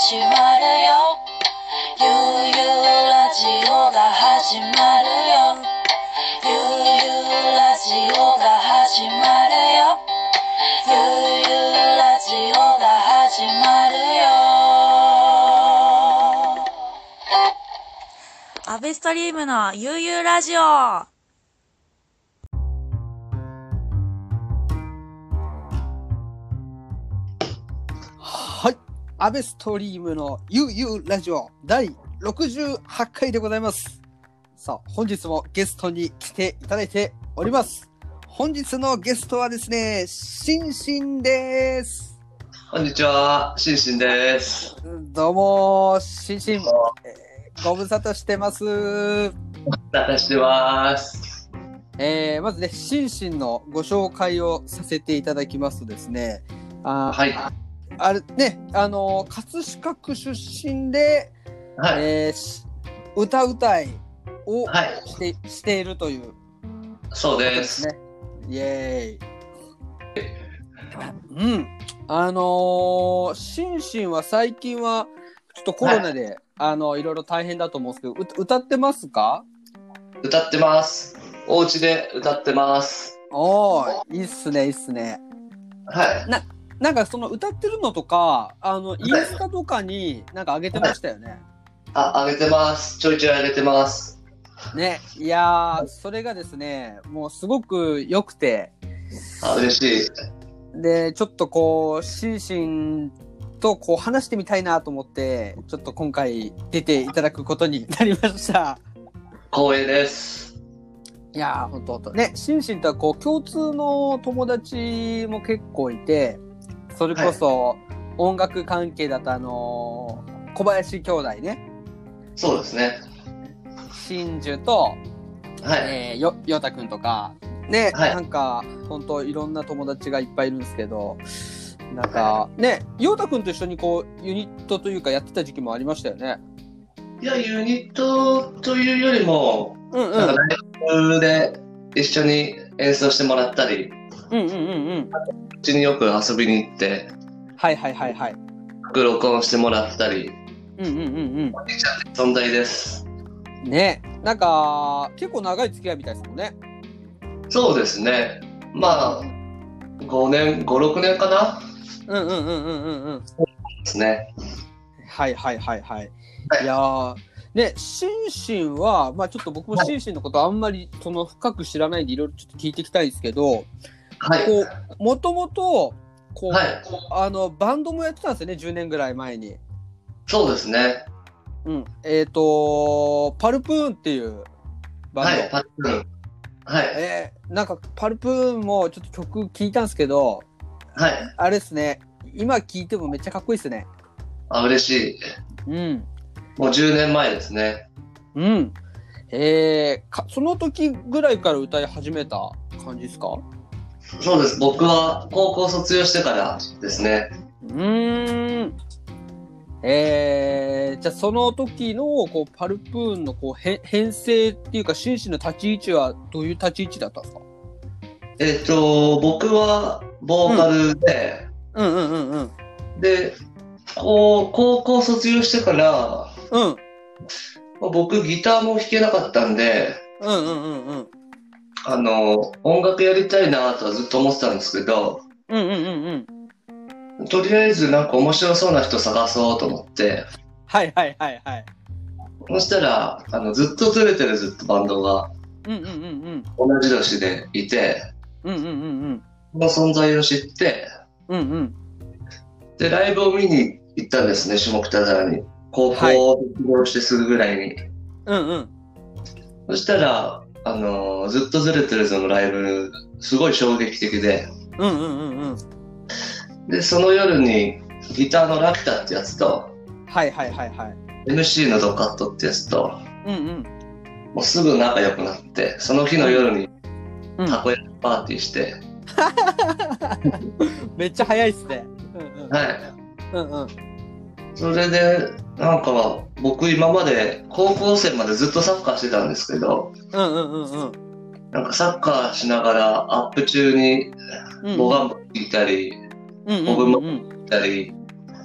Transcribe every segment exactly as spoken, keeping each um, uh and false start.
始まるよ。ゆうゆうラジオが始まるよ。ゆうゆうラジオが始まるよ。ゆうゆうラジオが始まるよ。アベストリームのゆうゆうラジオ。 はい、アベストリームのゆうゆうラジオだいろくじゅうはちかいでございます。さあ、本日もゲストに来ていただいております。本日のゲストはですね、しんしんです。 こんにちは、しんしんです。 どうも、しんしん、えー、ご無沙汰してます。 ご無沙汰してます。 えー、まずね、しんしんのご紹介をさせていただきますとですね、あはい。 あれね、あの葛飾区出身で、 はい。 えー、歌うたいをはいして、しているというそうで。 ですすね。イエーイ。うん。あのー、シンシンは最近はちょっとコロナで、はい、あのいろいろ大変だと思うんですけど、う歌ってますか？ 歌ってます。お家で歌ってます。 おー、いいっすね、いいっすね。 はい。 な、なんかその歌ってるのとか、あのインスタとかになんか上げてましたよね。 はい、あ、上げてます。ちょいちょい上げてます。 ね、いやー、それがですね、もうすごく良くて。 あ、嬉しい。で、ちょっとこう、シンシンとこう話してみたいなと思って、ちょっと今回出ていただくことになりました。 光栄です。 いやー、ほんとほんと。ね、シンシンとはこう、共通の友達も結構いて、それこそ音楽関係だとあのー、小林兄弟ね。 そうですね。 真珠と、 はい。 えー、よ、よたくんとか、ね、 はい、 なんか、ほんといろんな友達がいっぱいいるんですけど、なんか、はい、ね、ようたくんと一緒にこう、ユニットというかやってた時期もありましたよね。 いや、ユニットというよりも、 うんうん。 なんかライブで一緒に演奏してもらったり、 うんうんうんうん。 うちによく遊びに行って、 はいはいはいはい。 録音してもらったり、 うんうんうんうん。 存在です。 ね、なんか結構長い付き合いみたいですもんね。 そうですね。まあごねん、ご、ろくねんかな。 うんうんうんうんうんうん。 そうですね。 はいはいはいはい。 はい、 いやーね、シンシンはまあちょっと僕もシンシンのことあんまりその深く知らないんでいろいろちょっと聞いていきたいんですけど、 はい。 こうもともとこう、 はい、 あのバンドもやってたんですよね、じゅうねんぐらい前に。 そうですね。 うん、えっ、ー、とパルプーンっていうバンド。 はい、パルプーン。はい。 えー、なんかパルプーンもちょっと曲聞いたんですけど、 はい。 あれですね、今聞いてもめっちゃかっこいいですね。 あ、嬉しい。 うん。 もうじゅうねんまえですね。 うん。えー、かその時ぐらいから歌い始めた感じですか？ そうです。僕は高校卒業してからですね。 うーん。えー、じゃあその時のこうパルプーンのこうへ編成っていうかシンシンの立ち位置はどういう立ち位置だったんですか？ えっと、僕はボーカルで、 うん、うんうんうんうん。 で、こう高校卒業してから、 うん。 僕ギターも弾けなかったんで、 うんうんうんうん。 あの、音楽やりたいなとはずっと思ってたんですけど、 うんうんうんうん。とりあえずなんか面白そうな人探そうと思って、 はいはいはいはい。 そしたら、あの、ずっとずれてるずっとバンドが、 うんうんうんうん。 同じ年でいて、 うんうんうんうん。 その存在を知って、 うんうん。 で、ライブを見に行ったんですね、下北沢に。高校を卒業してすぐぐらいに。 うんうん。 そしたら、あのー、ずっとずれてるぞのライブ、すごい衝撃的で。 うんうんうんうん。 で、その夜にギターのラピュタってやつと、 はいはいはいはい。 エムシー のドカットってやつと、 うんうん。 もうすぐ仲良くなって、その日の夜にうんたこ焼きパーティーして、 めっちゃ早いっすね。うんうん。 はい。 うんうん。 それで、なんか僕今まで高校生までずっとサッカーしてたんですけど、 うんうんうんうん。 なんかサッカーしながらアップ中にボガンボ聴いたり、ボブも聴いたり、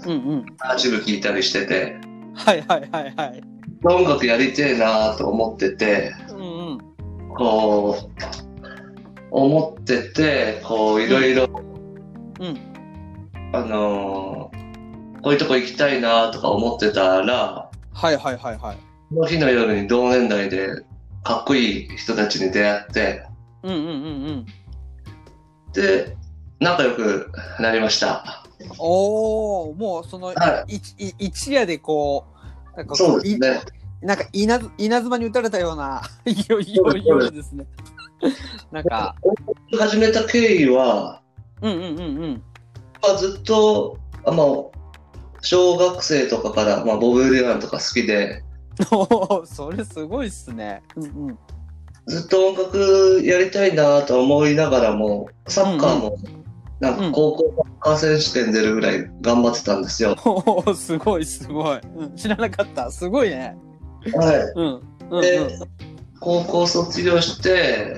うんうん。 八部聴いたりしてて、 はいはいはいはい。 音楽やりてえなと思ってて、 うんうん。 こう、思ってて、こう、いろいろ、 うん。 あのーこういうとこ行きたいなとか思ってたら、 はいはいはいはい。 その日の夜に同年代でかっこいい人たちに出会って、 うんうんうんうん。 で、仲良くなりました。 おお、もうその、 はい一い一夜でこう、なんかこそうですね。 いなんか稲妻稲妻に打たれたようなよよ夜ですね。なんか、 始めた経緯は、 うんうんうんうん。 まあ、ずっと、あまあ、小学生とかから、まあ、ボブ・ディランとか好きで、 おお、それすごいっすね。うんうん。 ずっと音楽やりたいなと思いながらも、サッカーも、なんか高校サッカー選手権出るぐらい頑張ってたんですよ。 おお、すごいすごい、うん。知らなかった。すごいね。 はい。 うんうんで、高校卒業して、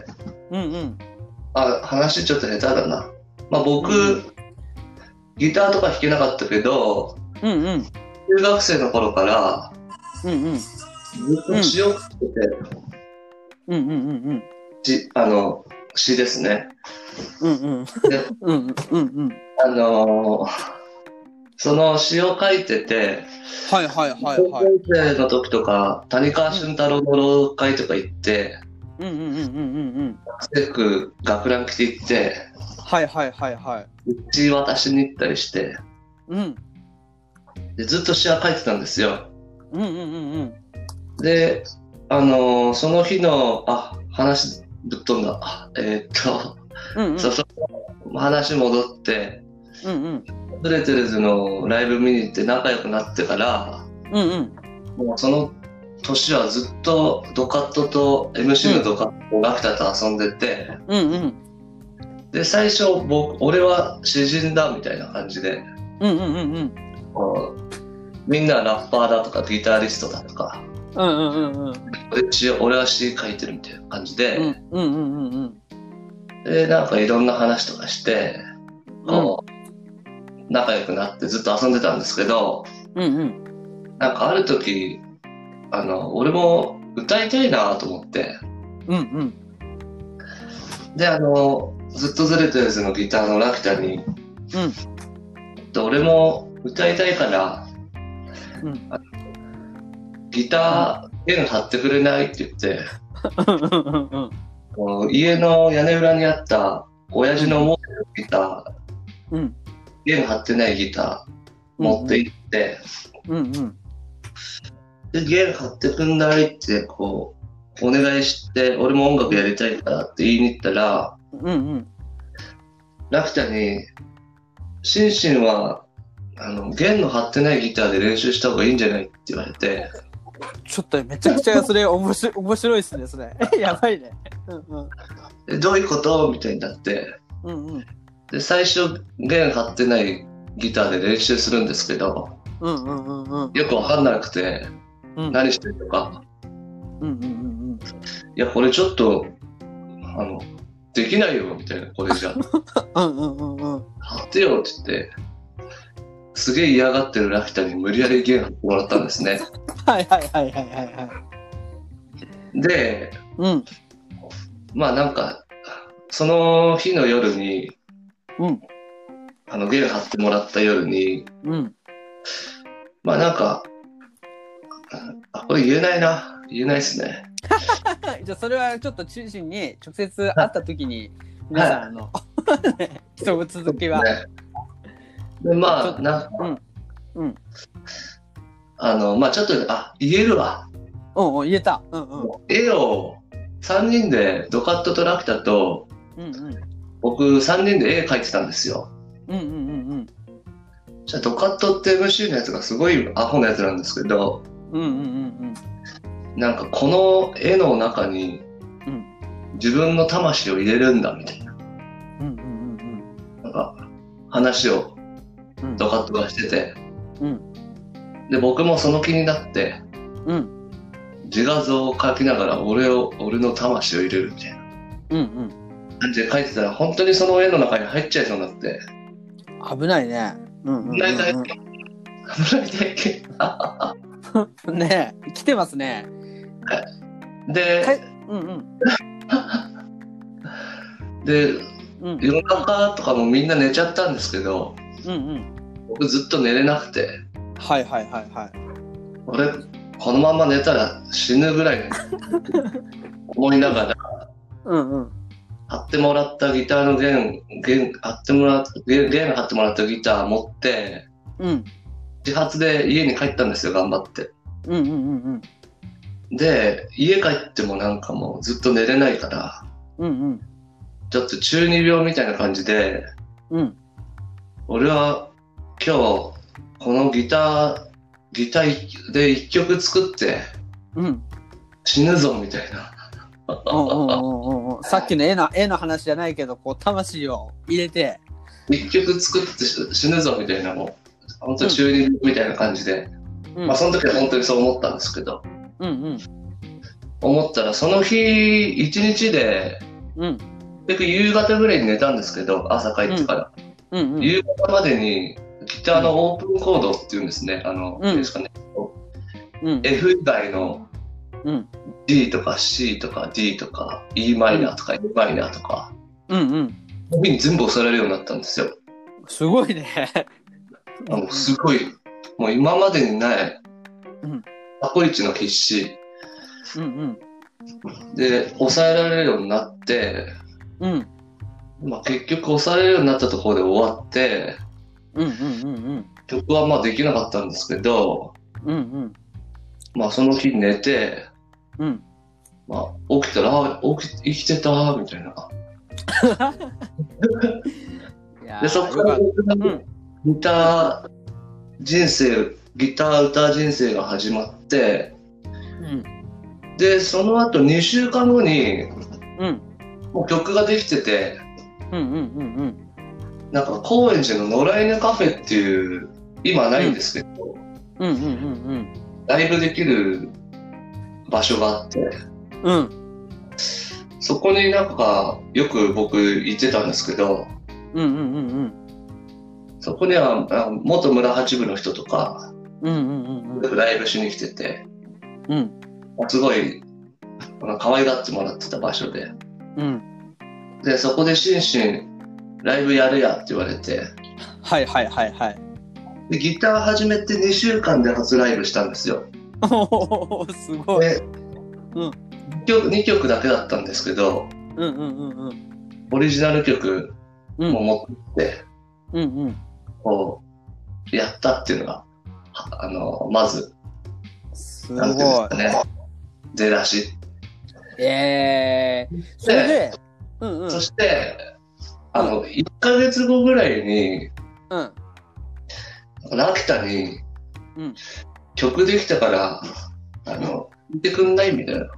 うんうんあ、話ちょっと下手だな。まあ僕、 うんギターとか弾けなかったけど、 うんうん中学生の頃からうんうんずっと詩を書いてて、 うんうんうん詩あの、詩ですね。 うんうんで、 うんうんうん。 あのーその詩を書いてて、 はいはいはい高はい。 校生の時とか、谷川俊太郎の老会とか行って、 うんうんうんうんうんうん。 ステック学ラン着て行って、 はいはいはいはい。 詩渡しに行ったりして、 うんでずっと詩は書いてたんですよ。 うんうんうんうん。 で、あのーその日の、あ、話ぶっ飛んだ。あえーっと、 うんうんそうそう、話戻って、 うんうんブレテルズのライブ見に行って仲良くなってから、 うんうんもうその年はずっとドカットと エムシー のドカット、ラフターと遊んでて、 うんうんで、最初僕、俺は詩人だみたいな感じで、 うんうんうんうんこうみんなラッパーだとかギタリストだとか、 うんうんうんうんで詩俺は詩書いてるみたいな感じで、 うんうんうんうんで、なんかいろんな話とかして、こう、仲良くなってずっと遊んでたんですけど、 うんうんなんかある時、あの、俺も歌いたいなと思って、 うんうんで、あの、ずっとずれてるやつのギターのラクタに、で俺も歌いたいから、 うんギター弦張ってくれないって言って、 うんうんうんこう家の屋根裏にあった親父の持ってるギター、 うん弦張ってないギター持って行って、 うんうんで、弦張ってくんないってこう、お願いして、俺も音楽やりたいからって言いに行ったら、 うんうんラクタに、シンシンは、あの、弦の張ってないギターで練習した方がいいんじゃないって言われて、 ちょっとめちゃくちゃそれ面白い面白いですねそれ。やばいね。うんうんでどういうことみたいになって、 うんうんで、最初、弦張ってないギターで練習するんですけど、 うんうんうんうんよくわかんなくて、 うん何してるのか、 うんうんうんいや、これちょっと、あの、できないよ、みたいな、これじゃ。 うんうんうんうん張ってよって言って、すげえ嫌がってるラキタに無理やり弦張ってもらったんですね。 はいはいはいはいはいはいで、 うんまあなんか、その日の夜に、 うんあの、弦張ってもらった夜に、 うんまあなんか、あ、これ言えないな。言えないですね。 じゃあそれはちょっと中心に直接会った時に皆さんあの一言続きは、 ね、で、まあ、 ちょっとなんか、 うんうんあの、まあちょっと、あ、言えるわ。 うんうん言えたうんうん絵をさんにんで、ドカットとラキタと、 うんうん僕さんにんで絵描いてたんですよ。 うんうんうんじゃあドカットって エムシー のやつがすごいアホなやつなんですけど、 うんうんうんうんなんかこの絵の中にうん自分の魂を入れるんだみたいな、 うんうんうんなんか話をうんドカットがしてて、 うんで僕もその気になってうん自画像を描きながら俺を俺の魂を入れるみたいなうんうん感じで描いてたら本当にその絵の中に入っちゃいそうになって、 危ないねうんうんうんうん大体侍体験。 ねえ、来てますね。 で、 はい、うんうん。 で、 うん夜中とかもみんな寝ちゃったんですけど、 うんうん。 僕ずっと寝れなくて、 はいはいはいはい。 俺、このまま寝たら死ぬぐらい思いながら、 うんうん。 買ってもらったギターの弦、弦、買ってもらった、弦、弦買ってもらったギター持って、 うん。 自発で家に帰ったんですよ、頑張って。 うんうんうんうん。 で、家帰ってもなんかもうずっと寝れないから、 うんうん。 ちょっと中二病みたいな感じで、 うん。 俺は今日このギター、ギターで一曲作ってうん。 死ぬぞみたいな。 うんうんうんうん。さっきの絵の絵の話じゃないけど、こう魂を入れて一曲作って死ぬぞみたいな、もう本当中二病みたいな感じで、 うん、 まあその時は本当にそう思ったんですけど、 うんうん。 思ったらその日一日で、 うん。 結局夕方ぐらいに寝たんですけど、朝帰ってから、 うんうん。 夕方までにギターのオープンコードっていうんですね、あの、 うん、 ですかね、 うん、 F 以外のうん、 D とか C とか D とか E マイナーとか E マイナーとか、 うんうん。 こういうふうに全部押されるようになったんですよ。 すごいね。 あのすごい、もう今までにない、 うん、 タコイチの必死うんで抑えられるようになって、 うん、うん、 まあ、結局抑えられるようになったところで終わって、 うんうんうんうん。 曲はまあできなかったんですけど、 うんうん。 まあその日寝て、 うん。 まあ起きたら、あ起き、生きてたみたいな。 いやで、そこからギター人生、ギター歌人生が始まって、 うん、 で、その後にしゅうかんごに、 うん、 もう曲ができてて、 うんうんうんうん。 なんか高円寺の野良犬カフェっていう、今ないんですけど、 うんうんうんうん。 ライブできる場所があって、 うん。 そこになんかよく僕行ってたんですけど、 うんうんうんうん。そこにはあ元村八部の人とか、 うんうんうんうん。 ライブしに来てて、 うん。 すごい可愛がってもらってた場所で、 うん。 で、そこでシンシンライブやるやって言われて、 はいはいはいはい。 で、ギター始めてにしゅうかんで初ライブしたんですよ。 おお、すごい。 で、うん、にきょく、にきょくだけだったんですけど、 うんうんうんうん。 オリジナル曲も持って、 うんうん。 こう、やったっていうのが、あの、まず、 すごい。 なんていうんですかね、出だし。 えー、それで、うんうん、 そして、あの、いっかげつごぐらいに、 うん、 ラキタに、 うん、 曲できたから、あの、見てくんないみたいな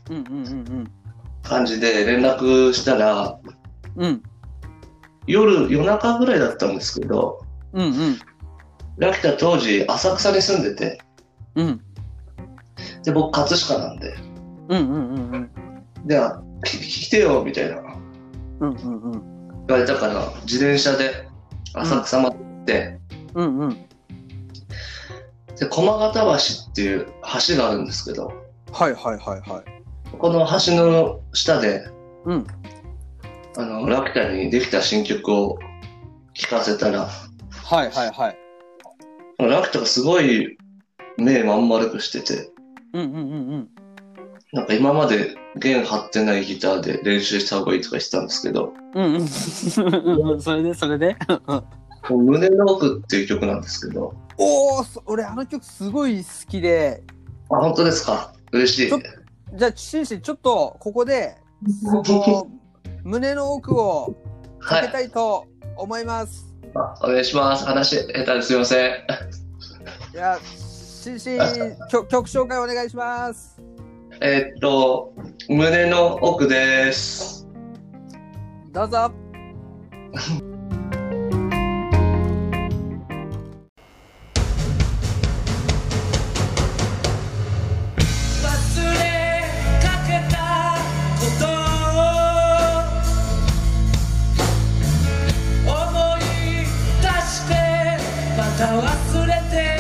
感じで連絡したら、 うん、 夜、夜中ぐらいだったんですけど、 うんうん、 ラキタ当時浅草に住んでて、 うん、 で、僕葛飾なんで、 うんうんうんうん、 で、来てよみたいな、 うんうんうん、 言われたから、自転車で浅草まで行って、 うんうん、 で、駒形橋っていう橋があるんですけど、 はいはいはいはい。 この橋の下で、 うん、 あの、ラキタにできた新曲を聴かせたら、 はいはいはい。 ラキタがすごい目まん丸くしてて、 うんうんうんうん。 なんか今まで弦張ってないギターで練習した方がいいとか言ってたんですけど、 うんうん。それでそれで胸の奥っていう曲なんですけど。 おお、俺あの曲すごい好きで。 あ、本当ですか。嬉しい。 じゃあ、シンシン、ちょっとここで、その胸の奥をかけたいと思います。 はい、お願いします。話下手ですいません。 いや、シンシン、曲紹介お願いします。 えー、っと、胸の奥です。 どうぞ。 忘れて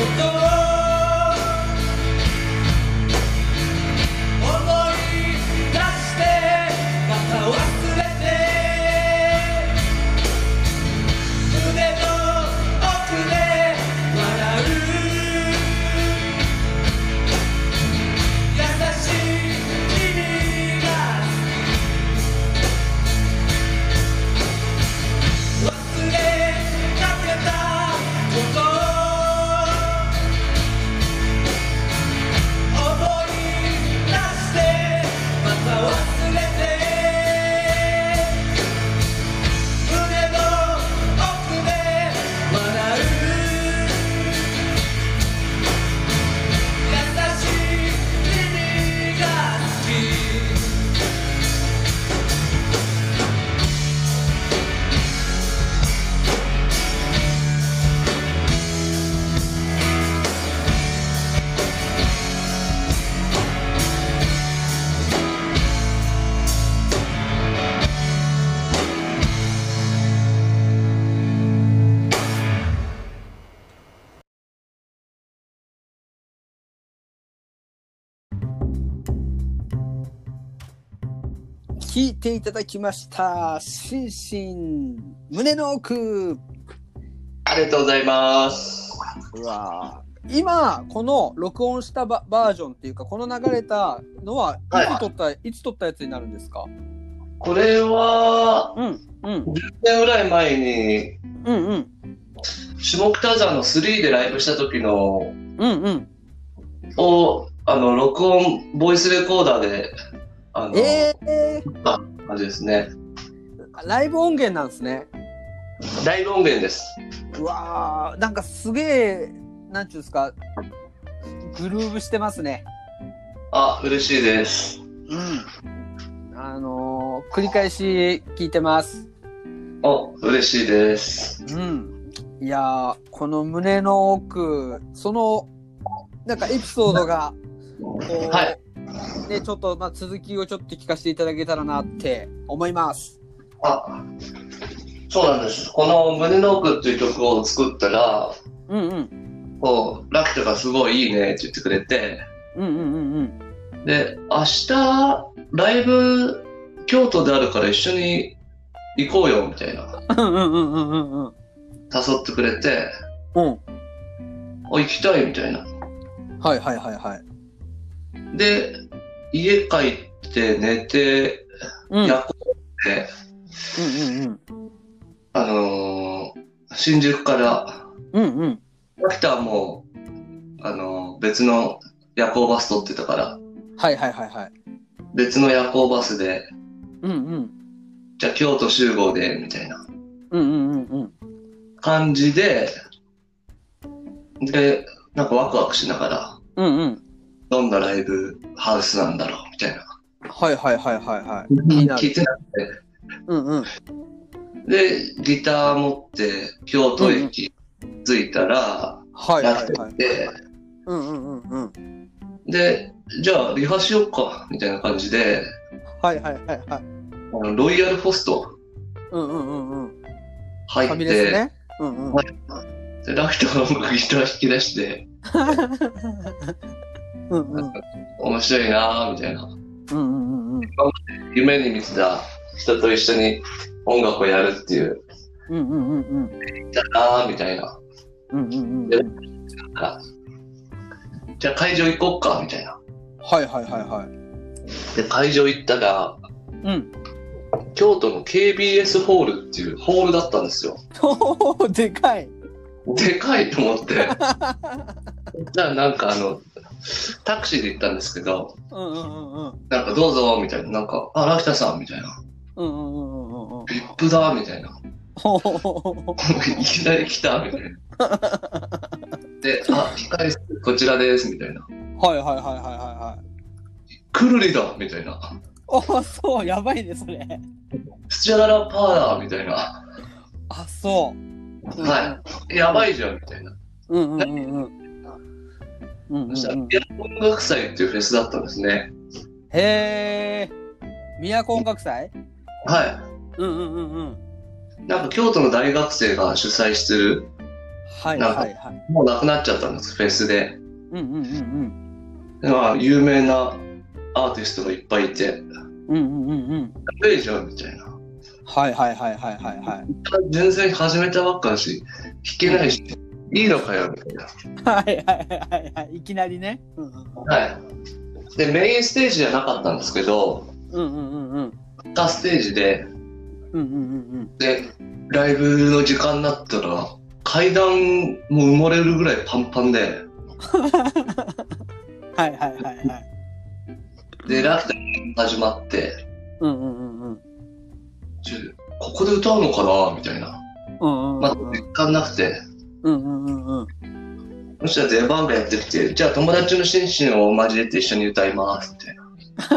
ことを思い出してまた忘れて胸の奥で笑う優しい君が忘れかけたことを思い出してまた忘れて胸の奥で笑う優しい君が好き聞いていただきました心身胸の奥。 ありがとうございますうわー、今この録音したババージョンっていうかこの流れたのはいつ撮った、はい、いつ撮ったやつになるんですか？ これはうんうんじゅっねんぐらい前にうんうん下北沢のスリーでライブした時のうんうんをあの録音ボイスレコーダーであの、 えー、 感じですね。 ライブ音源なんですね。 ライブ音源です。 うわー、なんかすげえ、なんていうんですか、グルーブしてますね。 あ、嬉しいです。 うん。あのー、繰り返し聞いてます。 お、嬉しいです。 うん。いやー、この胸の奥、その、なんかエピソードが、こう、 はい。 ね、ちょっと、まあ、続きをちょっと聞かせていただけたらなって思います。 あ、そうなんです。この胸の奥っていう曲を作ったら、 うんうん。 こう、ラクタがすごいいいねって言ってくれて、 うんうんうんうん。 で、明日、ライブ、京都であるから一緒に行こうよ、みたいな。 うんうんうんうんうんうん。 誘ってくれて、 うん。 お、行きたい、みたいな。 はいはいはいはい。 で、家帰って寝て、 うん。 夜行で、 うんうんうん。 あのー、新宿から、 うんうん。 ラクタはもう、あのー、別の夜行バス取ってたから、 はいはいはいはい。 別の夜行バスで、 うんうん。 じゃあ京都集合で、みたいなうんうんうんうん。 感じで、で、なんかワクワクしながら、 うんうん。 どんなライブハウスなんだろう、みたいな。 はいはいはいはいはい。気になる。 聞いてなくて。 うんうん。 で、ギター持って京都駅着いたら、 はいはいはいラクタ来。て、 うんうんうんうん。 で、じゃあリハしよっか、みたいな感じで、 はいはいはいはい。 あのロイヤルホストうんうんうんうん。 入っファミレスて、 ね。うんうん。 でラクタが僕ギター弾き出して、 うんうん。 面白いなーみたいな。 うんうんうんうん。 夢に見てた人と一緒に音楽をやるっていう、 うんうんうんうん。 だなーみたいな。 うんうんうんでうん。 なんかじゃあ会場行こっか、みたいな。 はいはいはいはい。 で、会場行ったら、 うん。 京都の ケービーエス ホールっていうホールだったんですよ。 おー、でかい。 でかいと思って。じゃあなんかあの、タクシーで行ったんですけど、 うんうんうんうん。 なんかどうぞ、みたいな。なんか、あ、ラキタさん、みたいな。 うんうんうんうんうん。 ビップだ、みたいな。 ほほほほ。 いきなり来た、みたいな。で、あ、控室こちらです、みたいな。 はいはいはいはいはいはい。 くるりだ、みたいな。 おー、そう、やばいね、それ。 スチャダラパーだ、みたいな。 あ、そう。 はい。やばいじゃん、みたいな。 うんうんうんうん。うんうんうん、 そしたら、ピアノ音楽祭っていうフェスだったんですね。 へー。都音楽祭？ はうんうんうんうん。 い。なんか京都の大学生が主催してるはいなんかはいはい。 もうなくなっちゃったんです、フェスで。 うんうんうんでまあ、有名なアーティストがいっぱいいて、 うん。うんうんうんうん。 やべえじゃんみたいな。 はいはいはいはいはいはい。 全然始めたばっかだし、弾けないし、いいのかよみたいな。 はいはいはいはい。いきなりね。うんうんはい。で、メインステージじゃなかったんですけど、 うんうんうんうん。 他ステージで、 うんうんうんで、ライブの時間になったら、階段も埋もれるぐらいパンパンで、 うん。はいはいはいはい。 で、ラフターが始まって、 うんうんうんうん。 ちょここで歌うのかなみたいな。 うんうんまあ、 うん時間なくて、 うんうんうんうん。 そしたら出番がやってきて、じゃあ友達のシンシンを交えて一緒に歌います、みたいな。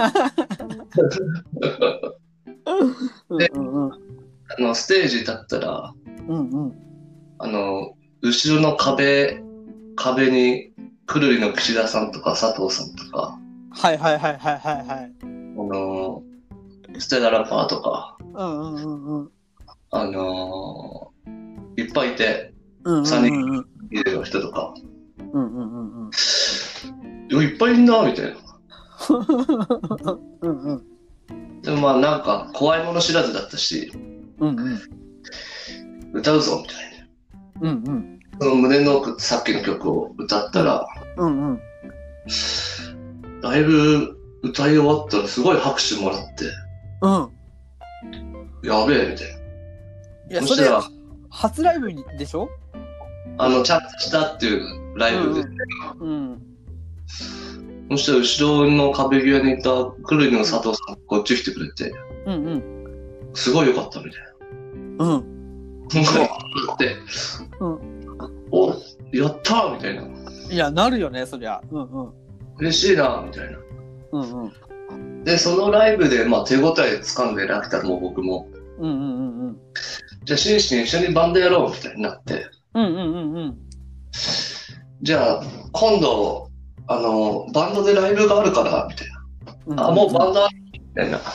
でうんうんうんあの、ステージ立ったら、 うんうん。 あの、後ろの壁、壁に、くるりの岸田さんとか佐藤さんとか、 はいはいはいはいはいはい。 あの、ステララパーとか、 うんうんうんうん。 あのいっぱいいて、 うんうんうんさんにんうんいる人とか、 うんうんうんうん。 いやいっぱいいんな、みたいな。 うんうんでもまあなんか怖いもの知らずだったし、 うんうん歌うぞみたいな。 うんうんその胸の奥、さっきの曲を歌ったら、 うんうんだいぶ歌い終わったらすごい拍手もらって、 うん。 やべえみたいな。 いやそれそしたら、 初ライブでしょ？ あの、ちゃんとしたっていうライブで、 うんそしたら後ろの壁際にいたくるりの佐藤さんがこっち来てくれて、 うんうんすごい良かったみたいうんな。で、 うん。 お、やったーみたいな。 いやなるよねそりゃ。うんうん嬉しいなみたいな。 うんうんで、そのライブで、まあ、手応え掴んでラクタも僕も、 うんうんうんうんじゃあ、シンシン一緒にバンドやろうみたいになって、 うんうんうんうん。 じゃあ、今度、あの、バンドでライブがあるから、みたいな。あ、もうバンドあるみたいな。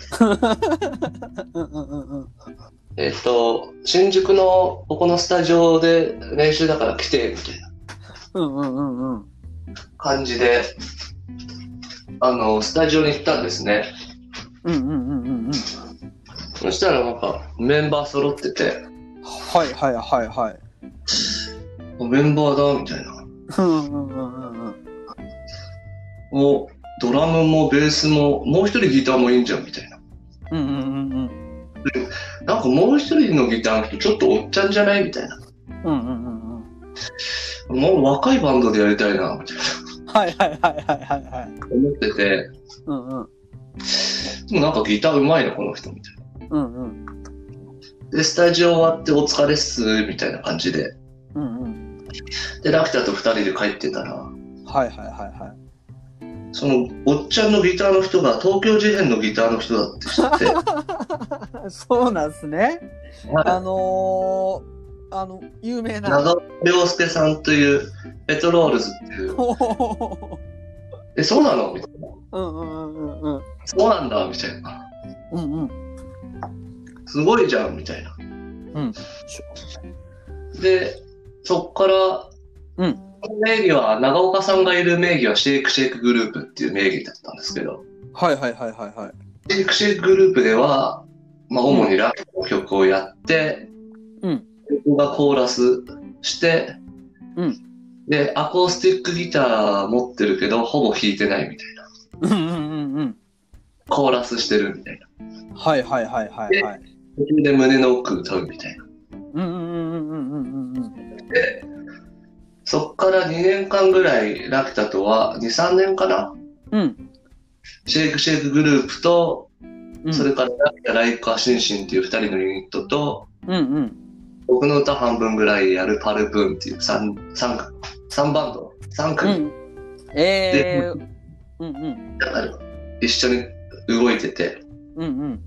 うんうんうんうん。 えっと、新宿のここのスタジオで練習だから来て、みたいなうんうんうんうん。 感じで、あの、スタジオに行ったんですね。 うんうんうんうんうん。 そしたらなんか、メンバー揃ってて、 はいはいはいはい。 メンバーだ、みたいな。 うんうんうんうんうん。 お、ドラムもベースも、もう一人ギターもいいんじゃん、みたいな。 うんうんうんうんなんかもう一人のギターの人、ちょっとおっちゃんじゃないみたいな。 うんうんうんうん。 もう若いバンドでやりたいな、みたいはいはいはいはいはいはい。 な。思ってて、 うんうんでもなんかギターうまいな、この人、みたいな。 うんうんで、スタジオ終わってお疲れっす、みたいな感じで。 うんうん。 で、ラクタと二人で帰ってたら、 はいはいはいはい。 その、おっちゃんのギターの人が東京事変のギターの人だって知って、 そうなんすね。 はいあのー、あの有名な。 長尾亮介さんという、ペトロールズっていう、 ほほほほえ、そうなのみたいな。 うんうんうんうんそうなんだ、みたいな。 うんうんすごいじゃん、みたいな。 うんで、そっから、 うんこの名義は、長岡さんがいる名義はシェイクシェイクグループっていう名義だったんですけど、 はいはいはいはいはい。 シェイクシェイクグループでは、まあ、主にラップの曲をやって、 うん僕がコーラスして、 うんで、アコースティックギター持ってるけど、ほぼ弾いてないみたいな。 うんうんうんうん。 コーラスしてるみたいな。 はいはいはいはいはい。 途中で胸の奥歌うみたいな。 うんうんうんうんうんうんうん。 で、そっからにねんかんぐらいラクタとは、に、さんねんかな、 うんシェイクシェイクグループと、 うん。 それからラクタ、ライカ、シンシンっていうふたりのユニットと、 うんうん。 僕の歌半分ぐらいやるパルプーンっていう 3, 3, 3バンド、さん組、 うん。えー。うんうん。 だから一緒に動いてて、 うんうん。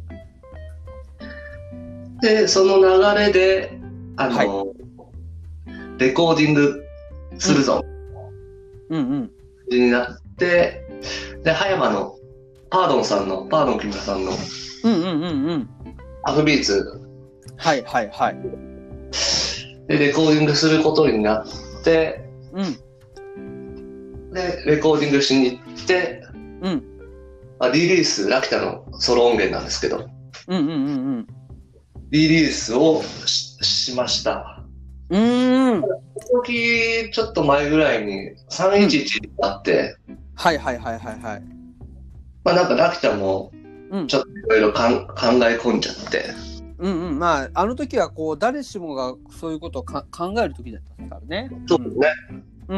で、その流れで、あの、 はレコーディングするぞ、 うんうん。 になって、で、葉山のパードンさんの、パードン木村さんのうんうんうんうん。 アフビーツはいはいはい。 で、レコーディングすることになって、 うん。 で、レコーディングしに行って、 うん。 あリリース、ラキタのソロ音源なんですけど、 うんうんうんうん。 リリースを し, しました。 うーん。 この時、ちょっと前ぐらいにさんいちいちあって、うん、 はいはいはいはいはい。 まあなんかラキタも、ちょっといろいろ考え込んじゃって。 うんうん。まあ、あの時はこう、誰しもがそういうことをか考える時だったからね。 そうですね。 うん。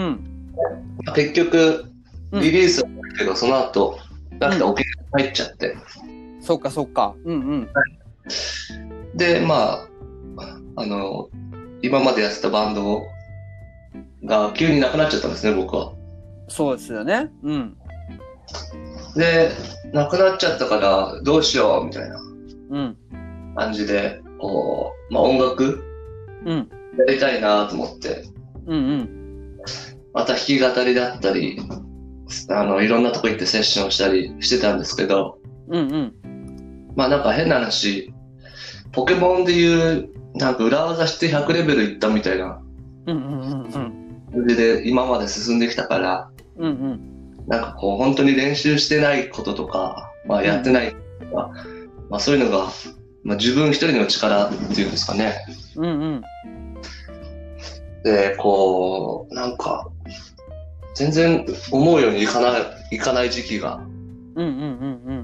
結局、リリースはだけど、うん、その後、ラキタ沖縄に入っちゃって。 うん、そっかそっか。うんうん。 で、まあ、あの、今までやってたバンドが急になくなっちゃったんですね、僕は。 そうですよね。うん。 で、なくなっちゃったからどうしようみたいな感じで、 うん、 こう、まあ音楽、うん、やりたいなと思って、 うんうん、 また弾き語りだったり、あの、いろんなとこ行ってセッションしたりしてたんですけど、うんうん、まあなんか変な話、ポケモンでいうなんか裏技してひゃくレベルいったみたいな感じで今まで進んできたから、うんうん、なんかこう本当に練習してないこととか、まあ、やってないとか、うん、まあ、そういうのが、まあ、自分一人の力っていうんですかね。うんうん、でこうなんか全然思うようにいかないいかない時期が、うんうんうんうん、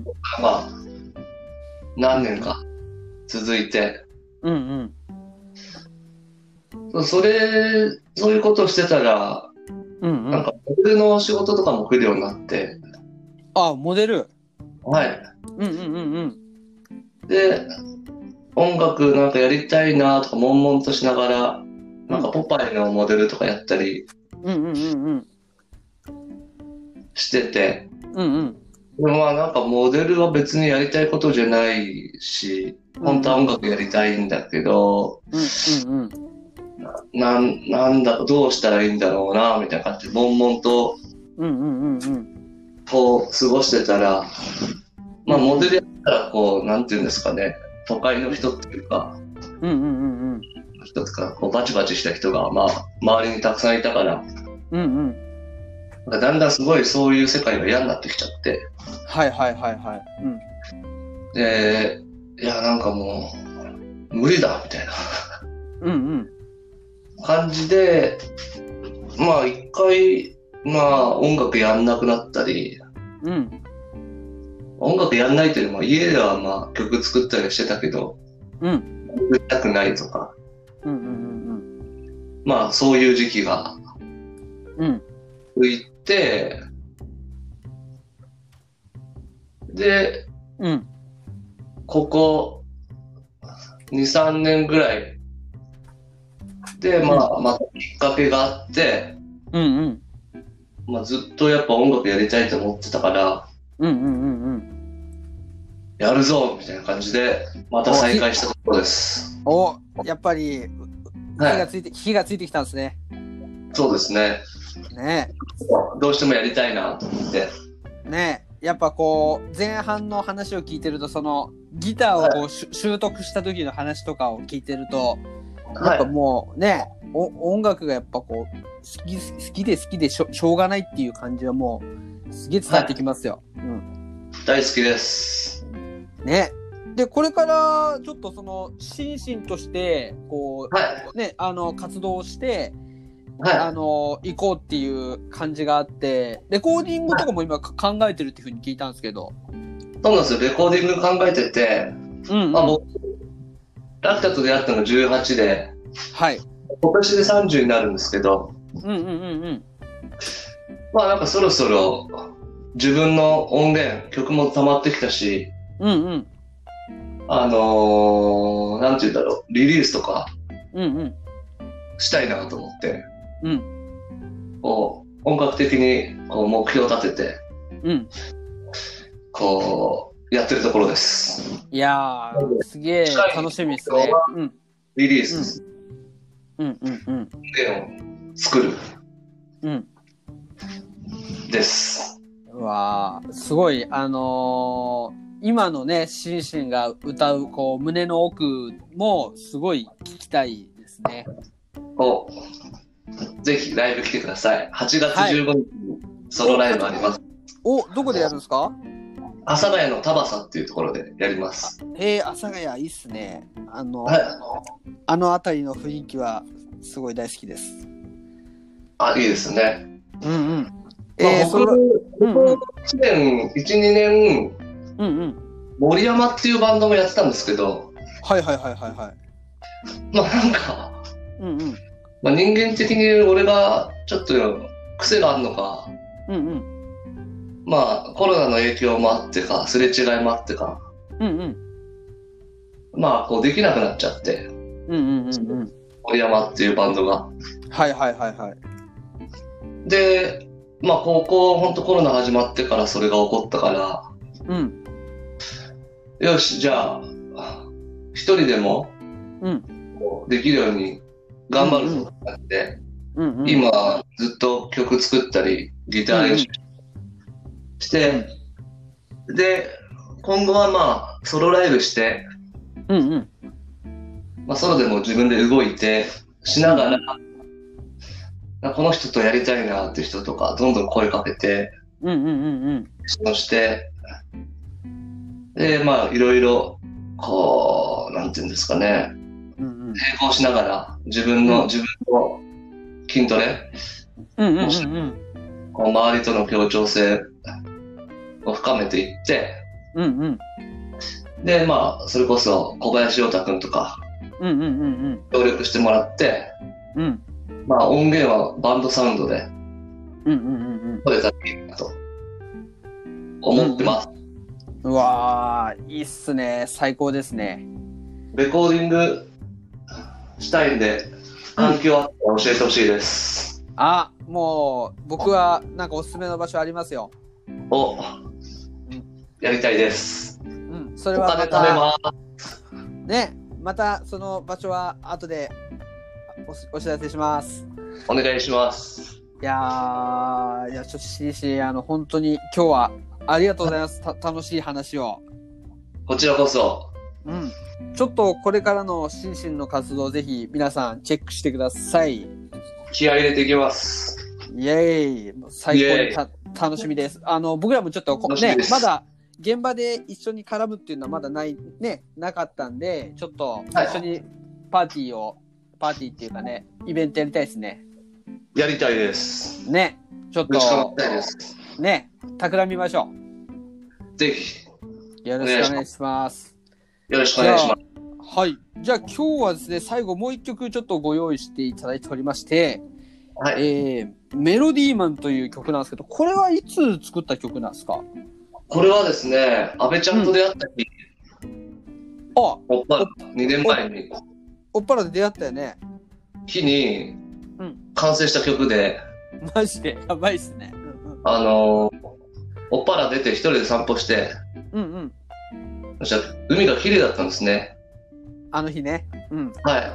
まあ何年か続いて、うんうん、それそういうことをしてたら、うんうん、なんかモデルの仕事とかも来るようになって。 あ、モデル。 はい。うんうんうんうん。で、音楽なんかやりたいなとか悶々としながら、なんかポパイのモデルとかやったりしてて、うんうん、でもまあなんかモデルは別にやりたいことじゃないし、本当は音楽やりたいんだけど、うんうんうん、な, なんだどうしたらいいんだろうなみたいな感じで悶々とこう過ごしてたら、まあモデルやったらこうなんていうんですかね、都会の人っていうか、うんうんうんうん、人とかこうバチバチした人がまあ周りにたくさんいたから、うんうん、だんだんすごいそういう世界が嫌になってきちゃって、はいはいはいはい、うん、でいやなんかもう無理だみたいなうんうん感じで、まあ一回、まあ音楽やんなくなったり、うん、音楽やんないというのも家ではまあ曲作ったりしてたけど、うん、作りたくないとか、うんうんうんうん、まあそういう時期が、うん、続いて、で、うん、ここに、さんねんぐらいで、まあ、またきっかけがあって、うんうん。まあ、ずっとやっぱ音楽やりたいと思ってたから、うんうんうんうん。やるぞみたいな感じで、また再開したところです。 お、やっぱり、火がついて、はい、火がついてきたんですね。 そうですね。 ねえ。どうしてもやりたいなと思って。 ねえ。やっぱこう、前半の話を聞いてると、その、ギターをこう、はい、習得した時の話とかを聞いてると、やっぱもうね、はい、お音楽がやっぱこう好き好きで好きでしょ、しょうがないっていう感じはもうすげえ伝わってきますよ、はい、うん、 大好きですね。でこれからちょっとその心身としてこう、はい、ね、あの活動して、はい、あの行こうっていう感じがあって、レコーディングとかも今考えてるっていうふうに聞いたんですけど。 そうなんですよ、レコーディング考えてて、うん、うん、まあ僕ラキタと出会ったのじゅうはちで、はい、今年でさんじゅうになるんですけど、うんうんうんうん、まあなんかそろそろ自分の音源、曲も溜まってきたし、うんうん、あのー、なんて言うんだろう、リリースとか、うんうん、したいなと思って、うん、こう音楽的にこう目標を立てて、うん、こうやってるところです。 いやー、すげえ楽しみですね。うん、 リリース、 うん、うんうんうん、 を作る、うん、です。 うわー、すごい、あのー、今のね、シンシンが歌うこう胸の奥もすごい聞きたいですね。 お、ぜひライブ来てください。はちがつじゅうごにちにソロライブあります。 お、どこでやるんですか？ 阿佐ヶ谷のタバサっていうところでやります。 へえ、阿佐ヶ谷いいっすね。あの、 はい、 あの辺りの雰囲気はすごい大好きです。 あ、いいですね。 うんうん。 まあ、 えー、 僕、 うんうん、 いちねん、いち、にねん、 うんうん、 森山っていうバンドもやってたんですけど、 はいはいはいはいはい。 まあなんか、 うんうん、 まあ、人間的に俺がちょっと癖があるのか、 うんうん、 まあコロナの影響もあってか、すれ違いもあってか、 うんうん、 まあこうできなくなっちゃって、 うんうんうんうん、 森山っていうバンドが。 はいはいはいはい。 で、まあ高校、ほんとコロナ始まってからそれが起こったから、 うん、 よし、じゃあ、一人でもうん、 できるように頑張るぞってなって、 うんうん、 今ずっと曲作ったり、ギター練習して、で、今後はまあソロライブして、 うんうん、 まあ、ソロでも自分で動いてしながら、この人とやりたいなっていう人とかどんどん声かけて、 うんうんうんうん、 そして、で、まあいろいろ、こう、なんていうんですかね、 うんうん、 並行しながら自分の、 うん、 自分の筋トレ、 うんうんうんうん、 こう周りとの協調性を深めていって、 うんうん、 で、まあ、それこそ小林陽太くんとか、 うんうんうんうん、 協力してもらって、 うん、 まあ音源はバンドサウンドでうんうんうんうん、 撮れたらいいなと思ってます。 うわー、いいっすね。最高ですね。 レコーディングしたいんで、環境あったら教えてほしいです。 あ、もう僕はなんかおすすめの場所ありますよ。 お、やりたいです。 うん、それおはま金貯めたます。 ね、またその場所は後でお、お知らせします。 お願いします。 いやー、いやちょっとしーしー、あの本当に今日はありがとうございます。た楽しい話を。 こちらこそ。 うん。ちょっとこれからの心身の活動ぜひ皆さんチェックしてください。 気合い入れていきます。 イエーイ、最高にた楽しみです。あの僕らもちょっとね、まだ現場で一緒に絡むっていうのはまだないね、なかったんで、ちょっと一緒にパーティーを、はい、パーティーっていうかね、イベントやりたいですね。 やりたいです。 ね、ちょっとね、企みましょう。ぜひ。 よろしくお願いします。 よろしくお願いします。 はい。じゃあ今日はですね、最後もう一曲ちょっとご用意していただいておりまして、はい、えー、メロディーマンという曲なんですけど、これはいつ作った曲なんですか？ これはですね、安倍ちゃんと出会った日、うん、 あおっぱらにねんまえにおっぱらで出会ったよね。 日に完成した曲で、 うん、マジでやばいっすね。 あのおっぱら出て一人で散歩して、 うんうん、 そしたら海が綺麗だったんですね。 あの日ね。うん、 はい。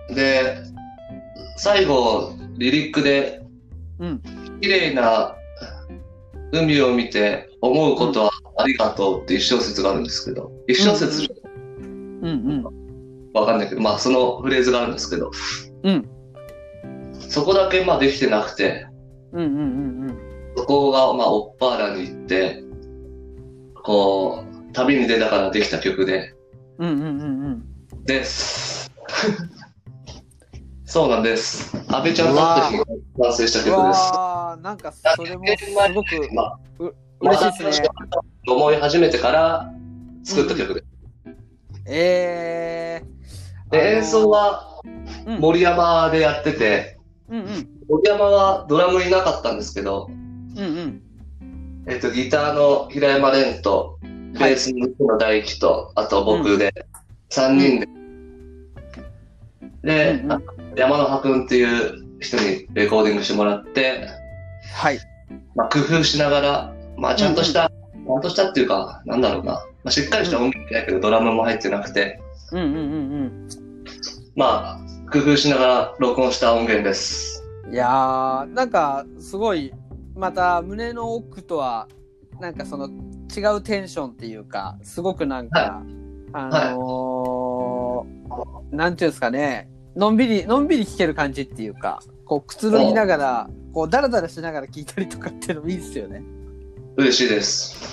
で、最後リリックで、 うん、 綺麗な海を見て思うことはありがとうって一小節があるんですけど、一小節じゃ、 うんうん、 わかんないけど、まあそのフレーズがあるんですけど、 うん、 そこだけまあできてなくて、 うんうんうんうん、 そこがまあオッパーラに行って、こう旅に出たからできた曲で、 うんうんうんうん、です。 そうなんです。安倍ちゃんと会った日に完成した曲です。 わー、なんかそれもすごくまあ、 う嬉しいですね。 思い始めてから作った曲で。 うん、えー、 で演奏は森山でやってて、うんうん、森山はドラムいなかったんですけど、うんうん、えっと、ギターの平山蓮と、ベースの福野大輝と、あと僕で、さんにんで、うん、で、うんうん、山野葉くんっていう人にレコーディングしてもらって、はい。まあ、工夫しながら、まあ、ちゃんとした、うんうん、ちゃんとしたっていうか、なんだろうな、まあ、しっかりした音楽だけど、ドラムも入ってなくて、うんうんうんうん、まあ、工夫しながら録音した音源です。 いやー、なんか、すごい、また胸の奥とはなんかその違うテンションっていうかすごくなんか、はい、あのーはい、なんていうんですかね、 のんびりのんびり聴ける感じっていうか、こうくつろぎながらこうダラダラしながら聴いたりとかっていうのもいいですよね。 嬉しいです。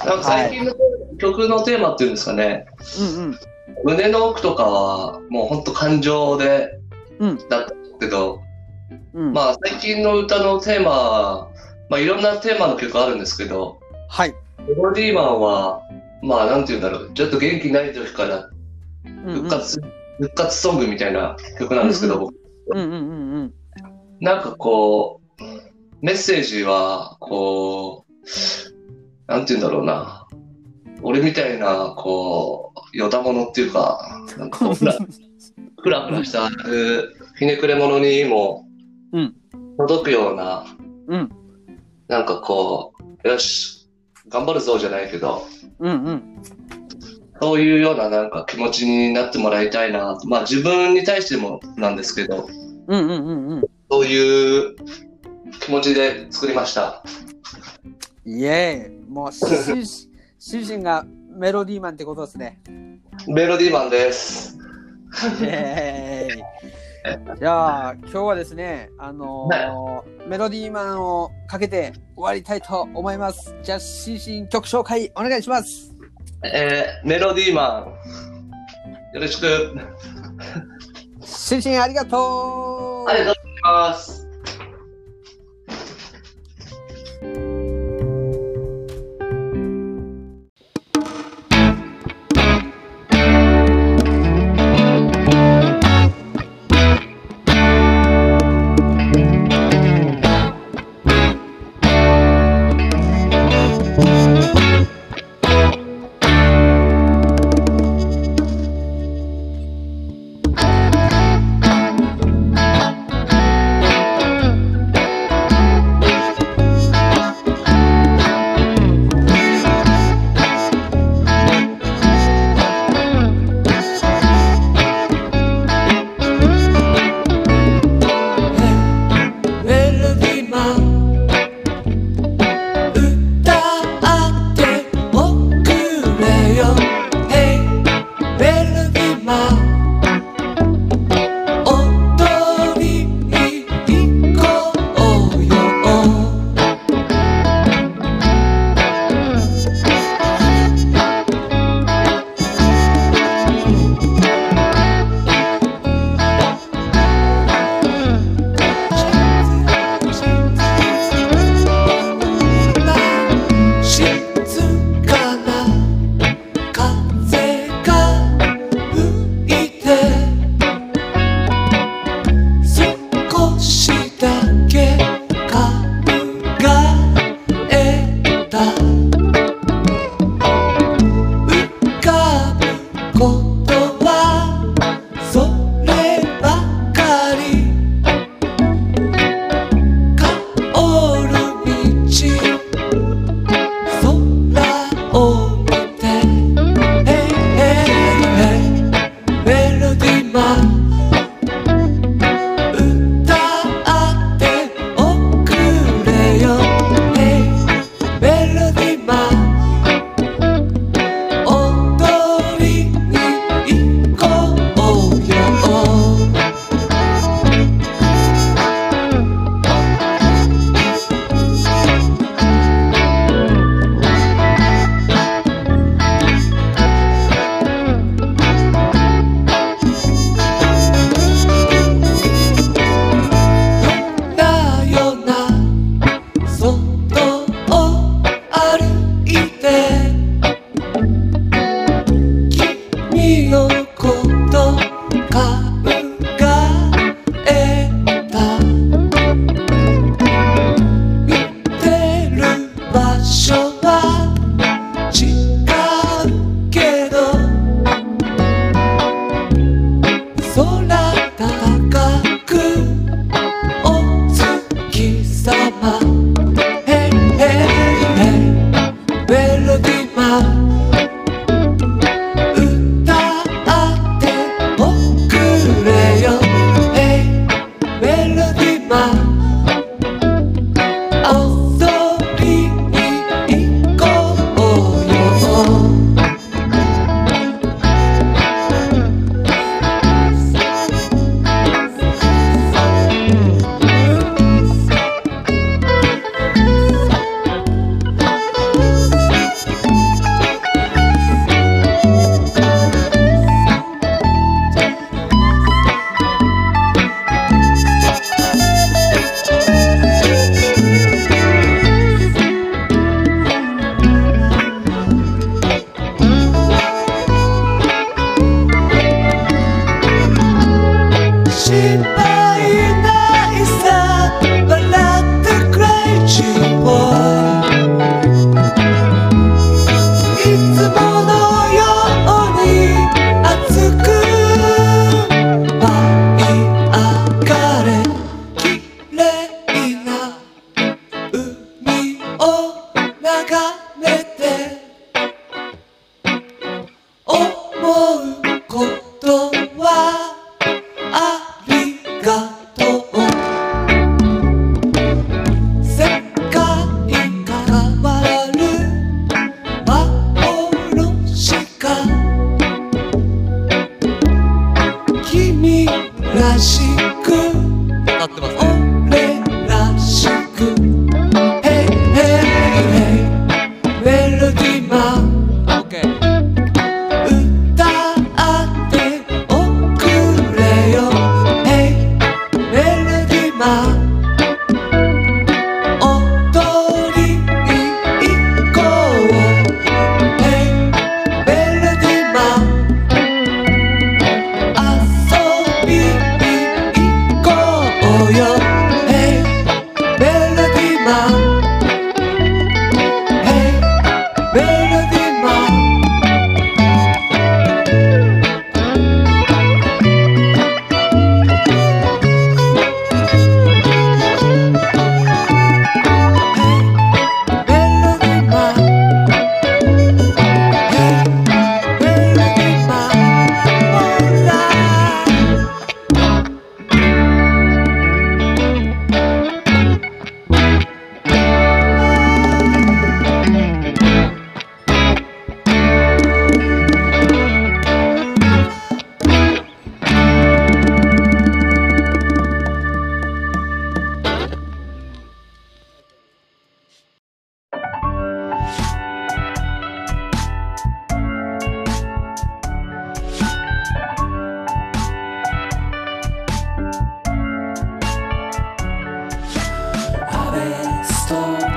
なんか最近の曲のテーマっていうんですかね、 うんうん、 胸の奥とかはもう本当感情でだったけど、うん、まあ最近の歌のテーマ、まあいろんなテーマの曲あるんですけど、 はい。 メロディーマンはまあなんていうんだろう、ちょっと元気ない時から復活、うんうん、復活ソングみたいな曲なんですけど、 うんうんうんうん、 なんかこうメッセージはこうなんていうんだろうな、俺みたいなこうよだものっていうか、なんかこうフラフラフラしたひねくれ者にも届くような、 うん、 なんかこうよし頑張るぞじゃないけど、 うんうん、 そういうようななんか気持ちになってもらいたいな、まあ自分に対してもなんですけど、 うんうんうんうん、 そういう気持ちで作りました。 イエーイ、もう主人がメロディーマンってことですね。 メロディーマンです。 イエーイ。じゃあ今日はですね、あのーはい、メロディーマンをかけて終わりたいと思います。じゃあ主人曲紹介お願いします。 えー、メロディーマンよろしく。 主人ありがとう。 ありがとうございます。 踊りにアベスト